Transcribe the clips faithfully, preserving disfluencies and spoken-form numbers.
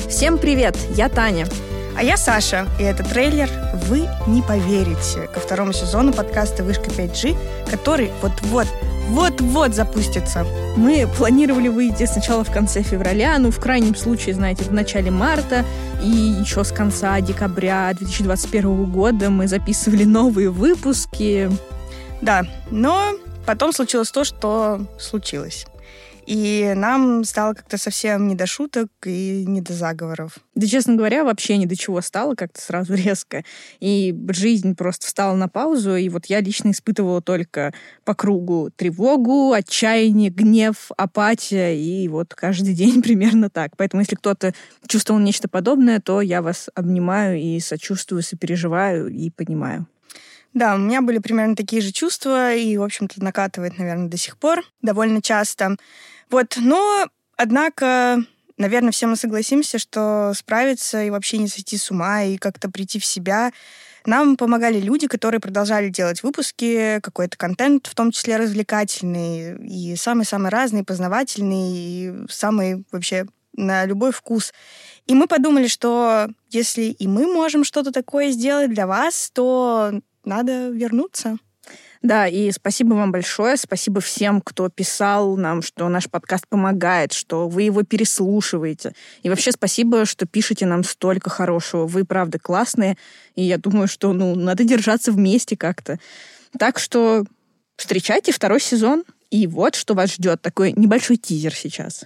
Всем привет, я Таня. А я Саша, и это трейлер «Вы не поверите» ко второму сезону подкаста «Вышка пять джи», который вот-вот, вот-вот запустится. Мы планировали выйти сначала в конце февраля, ну, в крайнем случае, знаете, в начале марта, и еще с конца декабря две тысячи двадцать первого года мы записывали новые выпуски. Да, но потом случилось то, что случилось. И нам стало как-то совсем не до шуток и не до заговоров. Да, честно говоря, вообще ни до чего стало как-то сразу резко. И жизнь просто встала на паузу, и вот я лично испытывала только по кругу тревогу, отчаяние, гнев, апатия, и вот каждый день примерно так. Поэтому если кто-то чувствовал нечто подобное, то я вас обнимаю и сочувствую, сопереживаю и понимаю. Да, у меня были примерно такие же чувства, и, в общем-то, накатывает, наверное, до сих пор довольно часто. Вот, но, однако, наверное, все мы согласимся, что справиться и вообще не сойти с ума, и как-то прийти в себя нам помогали люди, которые продолжали делать выпуски, какой-то контент, в том числе развлекательный, и самый-самый разный, познавательный, и самый вообще на любой вкус. И мы подумали, что если и мы можем что-то такое сделать для вас, то надо вернуться. Да, и спасибо вам большое, спасибо всем, кто писал нам, что наш подкаст помогает, что вы его переслушиваете. И вообще спасибо, что пишете нам столько хорошего. Вы, правда, классные, и я думаю, что ну, надо держаться вместе как-то. Так что встречайте второй сезон, и вот что вас ждет. Такой небольшой тизер сейчас.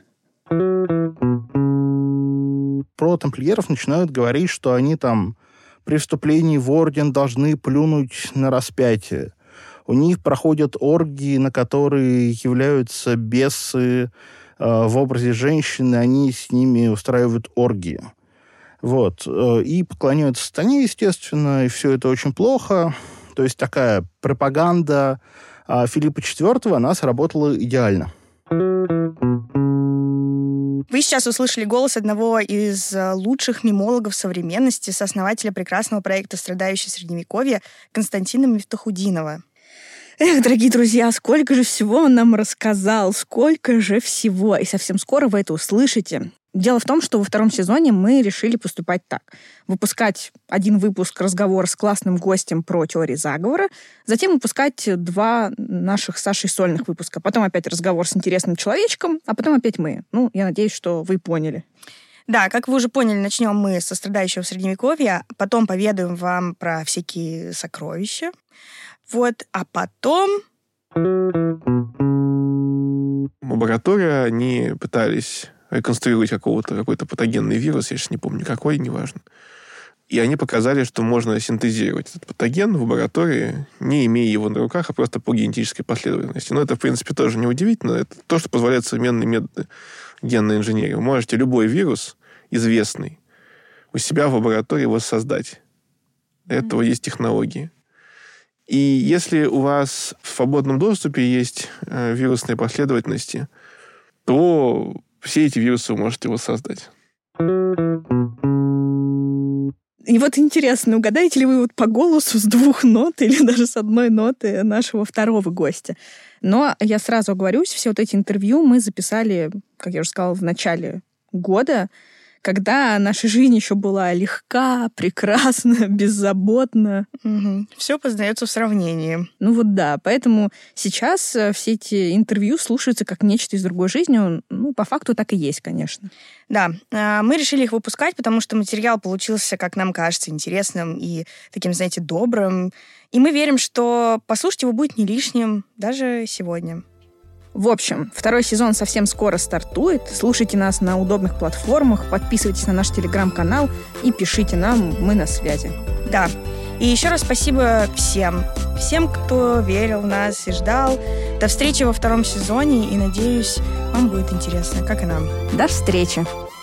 Про тамплиеров начинают говорить, что они там при вступлении в орден должны плюнуть на распятие. У них проходят оргии, на которые являются бесы э, в образе женщины, они с ними устраивают оргии. Вот. И поклоняются сатане, естественно, и все это очень плохо. То есть такая пропаганда э, Филиппа четвёртого, она сработала идеально. Вы сейчас услышали голос одного из лучших мемологов современности, сооснователя прекрасного проекта «Страдающее Средневековье» Константина Мифтахудинова. Эх, дорогие друзья, сколько же всего он нам рассказал, сколько же всего. И совсем скоро вы это услышите. Дело в том, что во втором сезоне мы решили поступать так. Выпускать один выпуск разговора с классным гостем про теории заговора, затем выпускать два наших с Сашей сольных выпуска. Потом опять разговор с интересным человечком, а потом опять мы. Ну, я надеюсь, что вы поняли. Да, как вы уже поняли, начнем мы со «Страдающего Средневековья», потом поведаем вам про всякие сокровища. Вот, а потом... Лаборатория, они пытались реконструировать какого-то, какой-то патогенный вирус, я сейчас не помню какой, неважно. И они показали, что можно синтезировать этот патоген в лаборатории, не имея его на руках, а просто по генетической последовательности. Но это, в принципе, тоже не удивительно. Это то, что позволяет современные методы генной инженерии. Вы можете любой вирус, известный, у себя в лаборатории воссоздать. Для этого есть технологии. И если у вас в свободном доступе есть э, вирусные последовательности, то все эти вирусы вы можете воссоздать. И вот интересно, угадаете ли вы вот по голосу с двух нот или даже с одной ноты нашего второго гостя? Но я сразу оговорюсь, все вот эти интервью мы записали, как я уже сказала, в начале года, когда наша жизнь еще была легка, прекрасна, беззаботна. Угу. Все познается в сравнении. Ну вот да, поэтому сейчас все эти интервью слушаются как нечто из другой жизни. Ну, по факту так и есть, конечно. Да, мы решили их выпускать, потому что материал получился, как нам кажется, интересным и таким, знаете, добрым. И мы верим, что послушать его будет не лишним даже сегодня. В общем, второй сезон совсем скоро стартует. Слушайте нас на удобных платформах, подписывайтесь на наш телеграм-канал и пишите нам, мы на связи. Да. И еще раз спасибо всем. Всем, кто верил в нас и ждал. До встречи во втором сезоне, и, надеюсь, вам будет интересно, как и нам. До встречи!